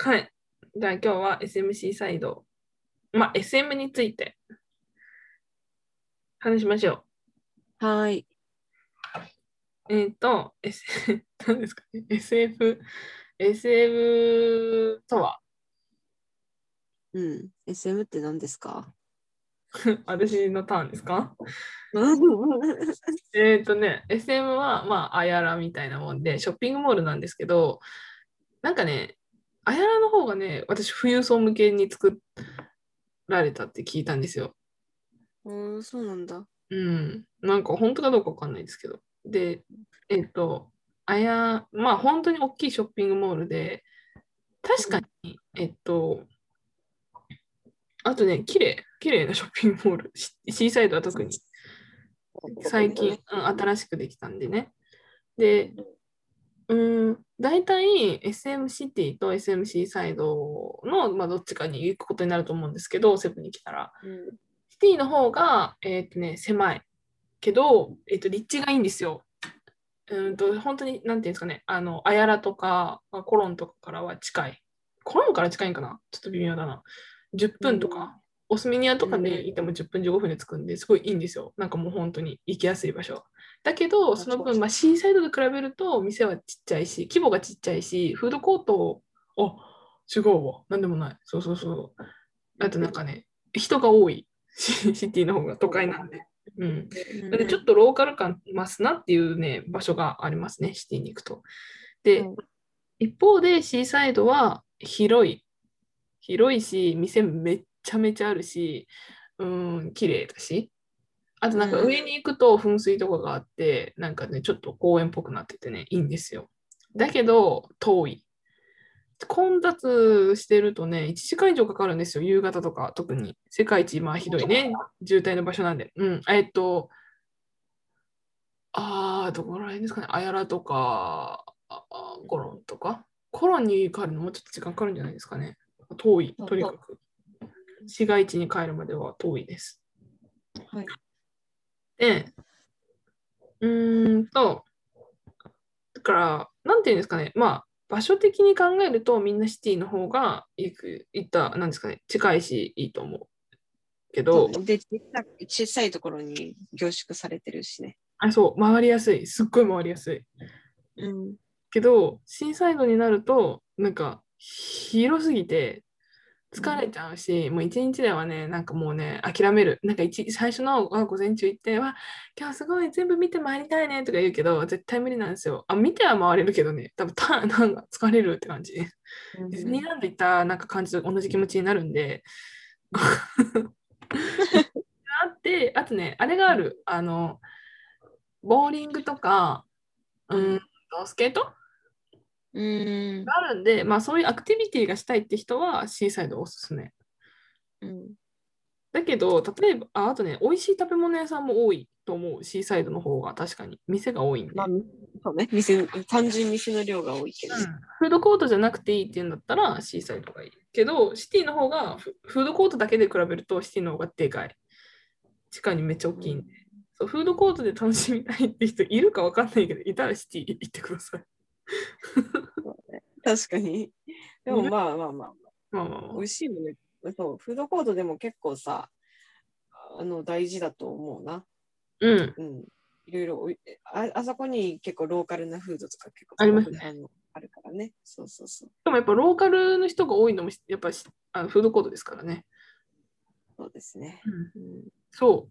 はい。じゃあ今日は SMC サイド、SM について話しましょはい。 う。何ですかね。SF とはうん。SM って何ですか？ 私のターンですか？SM は、アヤラみたいなもんで、ショッピングモールなんですけど、なんかね、アヤラの方がね、私、富裕層向けに作られたって聞いたんですよ。 そうなんだ。 うん。なんか本当かどうかわかんないですけど。で、えっと、本当に大きいショッピングモールで、確かに、あとね、綺麗なショッピングモール、シーサイドは特に最近、新しくできたんでね。で、大体 SM シティと SMC サイドの、どっちかに行くことになると思うんですけど、セブンに来たら。 うん。 シティの方が、狭いけど、立地がいいんですよ。本当に、なんていうんですかね、アヤラとか、コロンとかからは近い。コロンから近いんかなちょっと微妙だな。10分とか、オスミニアとかでいても10分15分で着くんで、すごいいいんですよ。なんかもう本当に行きやすい場所。だけど、その分、シーサイドと比べると、店はちっちゃいし、規模がちっちゃいし、フードコート、あ、違うわ。なんでもない。そうそうそう。あとなんかね、人が多い。シティの方が都会なんで。うん。で、ちょっとローカル感増すなっていうね、場所がありますね、シティに行くと。で、一方でシーサイドは広い。広いし、店めっちゃめちゃあるし、綺麗だし。あとなんか上に行くと噴水とかがあって、なんかね、ちょっと公園っぽくなっててね、いいんですよ。だけど、遠い。混雑してるとね、1時間以上かかるんですよ、夕方とか、特に。世界一、ひどいね、渋滞の場所なんで。うん。どこら辺ですかね。アヤラとか、コロンとか。コロンに帰るのもちょっと時間かかるんじゃないですかね。遠い、とにかく。市街地に帰るまでは遠いです。 はい。 で、うーんと、だから、なんていうんですかね。場所的に考えると、みんなシティの方がなんですかね、近いし、いいと思う。けど、 そうね。で、小さいところに凝縮されてるしね。 そう、回りやすい。すっごい回りやすい。 うん。 けど、シーサイドになると、なんか、広すぎて、疲れちゃうし、もう一日ではね、なんかもうね、諦める。なんか最初の午前中行って、今日すごい全部見て回りたいねとか言うけど、絶対無理なんですよ。見ては回れるけどね、多分なんか疲れるって感じ。ディズニーランド行ったなんか感じと同じ気持ちになるんで、あとね、あれがある。ボーリングとか、スケートうん。 があるんで、そういうアクティビティがしたいって人はシーサイドおすすめ。 うん。 だけど、例えば、あとね、美味しい食べ物屋さんも多いと思う。シーサイドの方が確かに。店が多いんまあ、 で。 そうね。単純に店の量が多いけど。 フードコートじゃなくていいっていうんだったらシーサイドがいい。けど、シティの方がフードコートだけで比べるとシティの方がでかい。地下にめっちゃ大きいんで。そう、フードコートで楽しみたいって人いるかわかんないけど、いたらシティ行ってください。 確かに。でもまあまあまあ、 まあまあま美味しいもんね。そう、フードコートでも結構さ、大事だと思うな。 うん。 うん。いろいろあそこに結構ローカルなフードとか結構ありますね。 あるからね。そうそうそう。 でもやっぱローカルの人が多いのも、やっぱりフードコートですからね。 そうですね。 うん。 うん。 そう。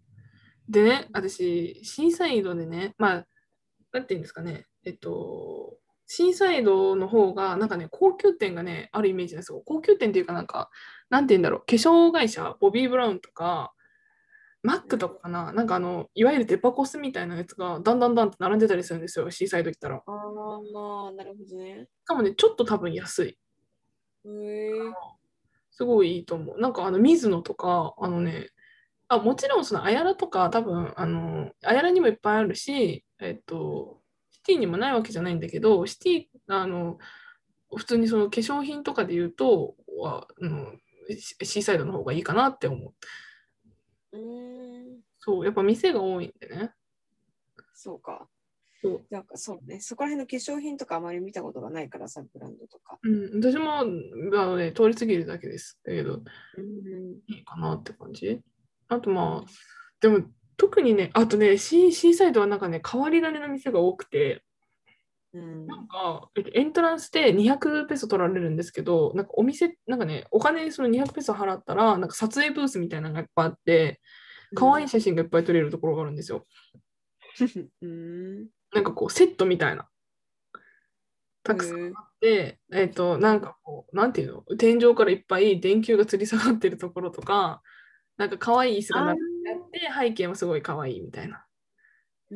でね、私、シーサイドでね、なんていうんですかね、シーサイドの方が、なんかね、高級店がね、あるイメージなんですよ。高級店っていうかなんか、なんていうんだろう、化粧会社、ボビー・ブラウンとか、マックとかかな、なんかいわゆるデパコスみたいなやつが、だんだんだんって並んでたりするんですよ、シーサイド行ったら。しああ、まあ、なるほどね。 かもね、ちょっと多分安い。 へえ。 すごいいいと思う。なんかミズノとか、もちろんそのアヤラとか多分、アヤラにもいっぱいあるし、シティにもないわけじゃないんだけど、シティ、普通にその化粧品とかで言うと、シーサイドの方がいいかなって思う。 うーん。 そう、やっぱ店が多いんでね。 そうか。 そう、 なんかそうね、そこら辺の化粧品とかあまり見たことがないからさ、ブランドとか。 うん、私も通り過ぎるだけです。だけど、 うん。 いいかなって感じ。あとまあ、でも特にね、あとね、シーサイドはなんかね、変わり種の店が多くて、 うん。 エントランスで200ペソ取られるんですけど、なんかお店、なんかね、お金その200ペソ払ったら、なんか撮影ブースみたいなのがいっぱいあって、可愛い写真がいっぱい撮れるところがあるんですよ。 うん。 なんかこう、セットみたいな、たくさんへえ。 あって、なんかこう、なんていうの、天井からいっぱい電球が吊り下がってるところとか、なんか可愛い椅子がああ、 並んであって、背景もすごい可愛いみたいな。 うん。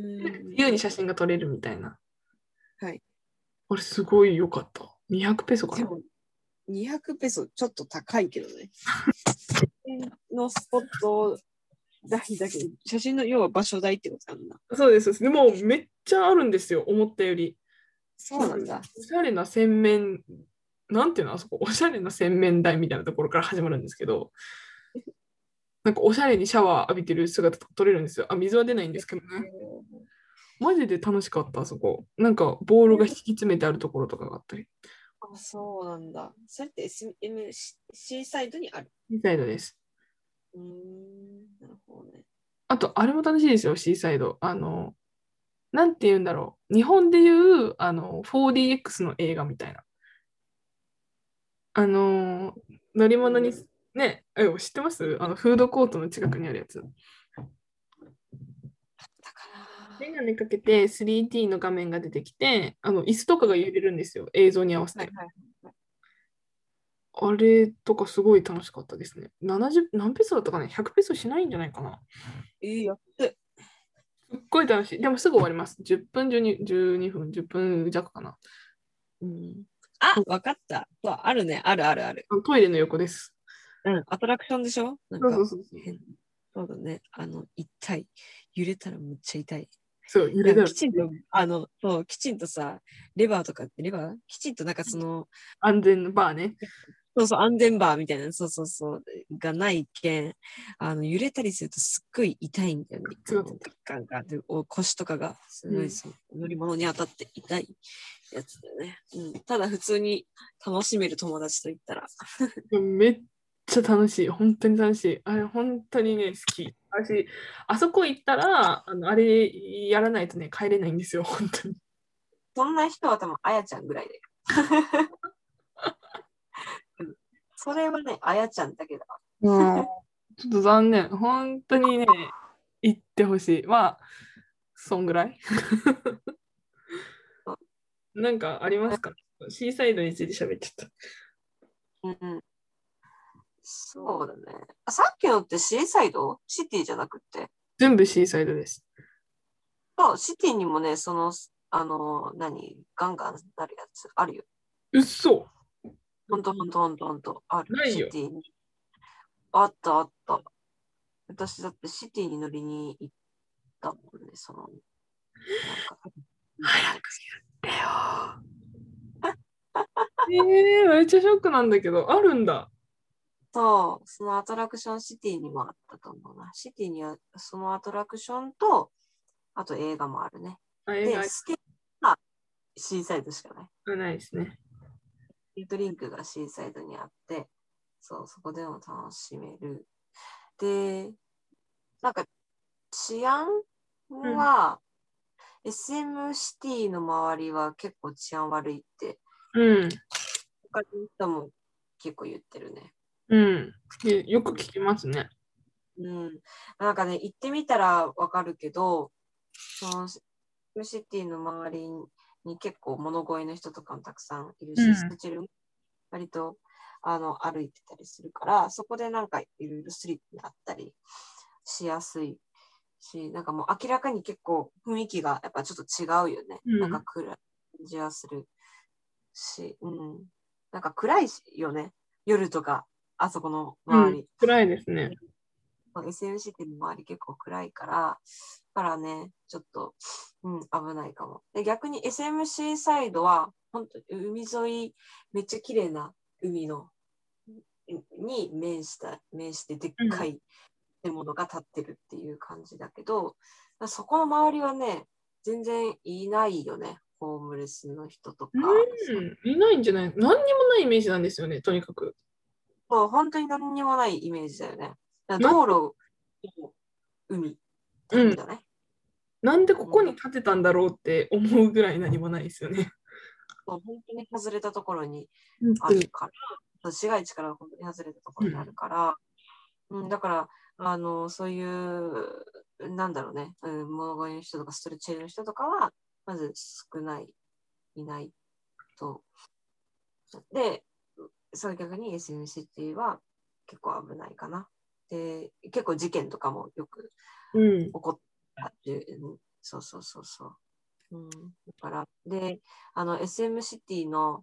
自由に写真が撮れるみたいな。 はい。 あれ、すごい良かった。200ペソかな。 でも、200ペソちょっと高いけどね。写真のスポット代だけど、写真の要は場所代ってことなんだ。 そうです。でも、めっちゃあるんですよ、思ったより。 そうなんだ。 おしゃれな洗面、なんていうの、あそこ、おしゃれな洗面台みたいなところから始まるんですけど、なんかおしゃれにシャワー浴びてる姿とか撮れるんですよ。あ、水は出ないんですけどね。マジで楽しかった、あそこ。なんか、ボールが敷き詰めてあるところとかがあったり。 あ、そうなんだ。それって SMC サイドにある。 シーサイドです。 なるほどね。 あと、あれも楽しいですよ、シーサイド。なんて言うんだろう。日本でいう、4DX の映画みたいな。乗り物に、ね、知ってますフードコートの近くにあるやつ。 だかメガネかけて 3D の画面が出てきて、椅子とかが揺れるんですよ。映像に合わせら。はいて。 はいはい。 あれとかすごい楽しかったですね。70、何ペソだったかね？ 100 ペソしないんじゃないかな。 やって。 すっごい楽しい。でもすぐ終わります。10分、12分、10分弱かな。 うん。あ、わかった。そうあるね。あるあるある。 トイレの横です。 うん。アトラクションでしょなんそうそか、 うそうそう。 変。そうだね。痛い。揺れたらめっちゃ痛い。 そう、揺れだ。 なんかきちんと、そう、きちんとさ、レバーきちんとなんかその、 安全バーね。 そうそう、安全バーみたいな、そうそうそう、がないけん、揺れたりするとすっごい痛いんだよね。 すごい。 ガンガンって腰とかがすごいそう、乗り物に当たって痛いやつだよね。うん。ただ普通に楽しめる友達と言ったら。 めっちゃ楽しい。本当に楽しい。あれ、本当にね、好き。私、あそこ行ったら、あれやらないとね、帰れないんですよ、本当に。 そんな人は多分あやちゃんぐらいで。それはね、あやちゃんだけだ。 うん。ちょっと残念。本当にね、行ってほしい。まあ、そんぐらい。なんかありますか？シーサイドについて喋っちゃった。 うん、そうだね。さっきのってシーサイドシティじゃなくて。 全部シーサイドです。 そう、シティにもね、ガンガンなるやつあるよ。 うっそ。 ほんと、ある。 ないよ。 シティに。あったあった。私だってシティに乗りに行ったもんね、なんか、みたいなやつ。 でよ。めっちゃショックなんだけど、あるんだ。 そう、そのアトラクションシティにもあったと思うな。シティにはそのアトラクションと、あと映画もあるね。 あ、映画で、スケートはシーサイドしかない。 はないですね。 ドリンクがシーサイドにあって、そう、そこでも楽しめる。で、なんか治安うん。 は、SM シティの周りは結構治安悪いって、 うん。 他の人も結構言ってるね。 うん。よく聞きますね。 うん。なんかね、行ってみたらわかるけど、その SM シティの周りに結構物乞いの人とかもたくさんいるし、スうん。 チル割と歩いてたりするから、そこでなんかいろいろスリップにあったりしやすいし、なんかもう明らかに結構雰囲気がやっぱちょっと違うよね。 うん。 なんか暗い感じはするし、うん。なんか暗いよね。夜とか、あそこのうん。 周り。 暗いですね。 SMC って周り結構暗いから、だからね、ちょっと、危ないかも。で、逆に SMC サイドは、本当に海沿い、めっちゃ綺麗な海のに面してでっうん。 かい建物が建ってるっていう感じだけど、そこの周りはね、 全然いないよね。ホームレスの人とか。 いないんじゃない？何にもないイメージなんですよね、とにかく。 そう、本当に何にもないイメージだよね。だからな、 道路、海って感じだね。 なんでここに建てたんだろうって思うぐらい何もないですよね。 そう本当に外れたところに本当に。 あるから、市街地から本当に外れたところにあるから、だから、そういう、なんだろうね、物乞いの人とかストレッチェルの人とかは、まず少ない、いないと。で、それ逆に SMCT は結構危ないかな。で、結構事件とかもよく起こったっていう、そうそうそうそう。だから、で、SM シティの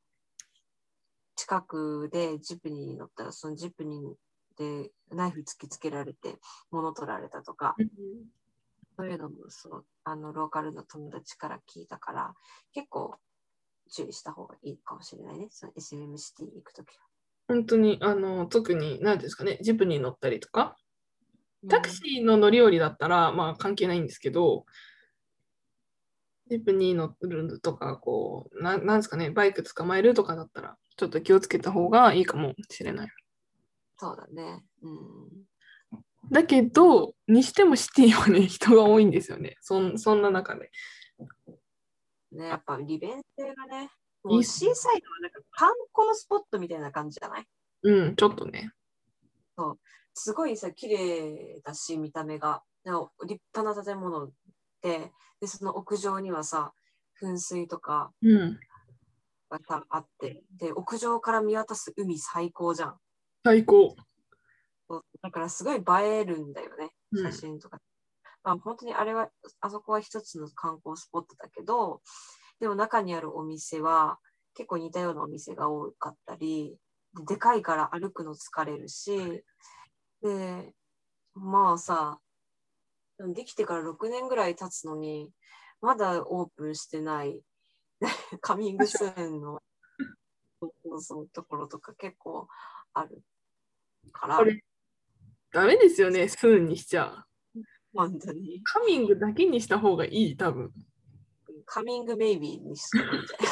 近くでジプニーに乗ったら、そのジプニーでナイフ突きつけられて物取られたとか、そういうのもそうローカルの友達から聞いたから、結構注意した方がいいかもしれないね、その SM シティに行くときは。 本当に、特に、何ですかね、ジプニー乗ったりとか、タクシーの乗り降りだったら、まあ関係ないんですけど、ジプニー乗るとか、こう、なんですかね、バイク捕まえるとかだったら、ちょっと気をつけた方がいいかもしれない。 そうだね。 だけど、にしてもシティはね、人が多いんですよね。そんな中で。 ね、やっぱ利便性がね、もいいうシーサイドはなんか観光のスポットみたいな感じじゃない？ ちょっとね。 そう。すごいさ、綺麗だし、見た目が。でも立派な建物で、その屋上にはさ、噴水とかうん。 がさあって、で、屋上から見渡す海最高じゃん。 最高。 そうだからすごい映えるんだよね、写真とか。まあ、本当にあれは、あそこは一つの観光スポットだけど、でも中にあるお店は結構似たようなお店が多かったり、でかいから歩くの疲れるし、で、まあさ、できてから6年ぐらい経つのに、まだオープンしてないカミングスーンのそうところとか結構あるから、 これ、ダメですよね、スーンにしちゃ。 本当に。 カミングだけにした方がいい、多分。 カミングメイビーにした方がいいんじゃない？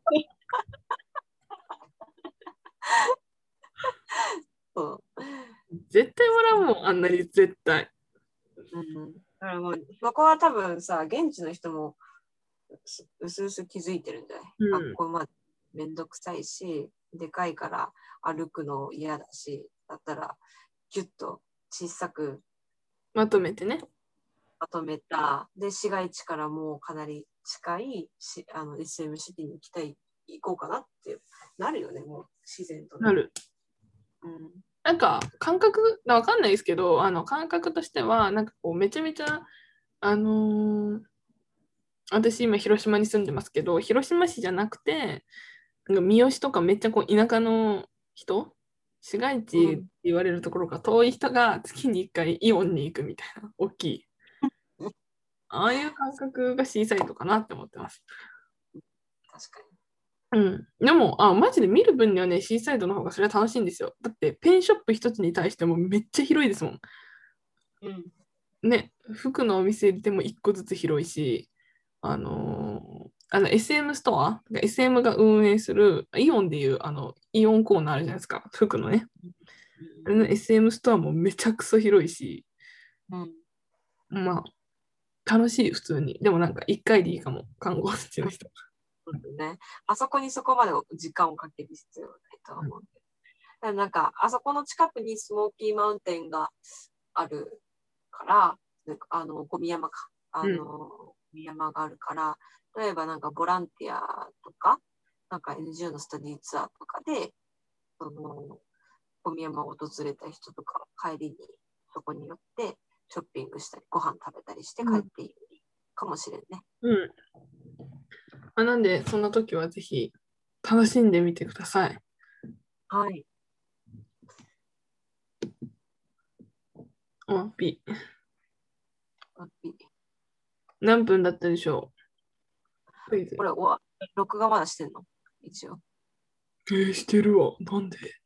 そう絶対もらうもん、あんなに絶対。 だからもうそこは多分さ、現地の人もうすうす気づいてるんじゃない？学校までめんどくさいし、でかいから歩くの嫌だし、だったらギュッと小さくまとめてね。 まとめた、で、市街地からもうかなり近いSM シティに行こうかなってなるよね、もう自然とね。 なる。なんか、感覚、わかんないですけど、感覚としては、なんかこう、めちゃめちゃ、あのー私今広島に住んでますけど、広島市じゃなくて、なんか三好とかめっちゃこう田舎の人、市街地って言われるところが遠い人が月に1回イオンに行くみたいな、大きい。ああいう感覚がシーサイドかなって思ってます。 確かでも、マジで見る分にはね、シーサイドの方がそれは楽しいんですよ。だって、ペンショップ一つに対してもめっちゃ広いですもん。 に。 ね、服のお店でも一個ずつ広いし、SM ストア、SM が運営する、イオンでいう、イオンコーナーあるじゃないですか、服のね。あれの SM ストアもめちゃくそ広いし、まあ、楽しい、普通に。でもなんか、一回でいいかも、看護師の人。 ね、あそこにそこまで時間をかける必要はないと思う。だからなんか、あそこの近くにスモーキーマウンテンがあるから、なんかゴミ山か。ゴミ山があるから、例えばなんかボランティアとか、なんか NGO のスタディーツアーとかで、その、ゴミ山を訪れた人とか帰りにそこに寄ってショッピングしたり、ご飯食べたりして帰っていいかもしれんね。 なんで、そんな時はぜひ楽しんでみてください。 はい。 ピ何分だったでしょう？ これ、録画まだしてんの？一応。 してるわ。なんで？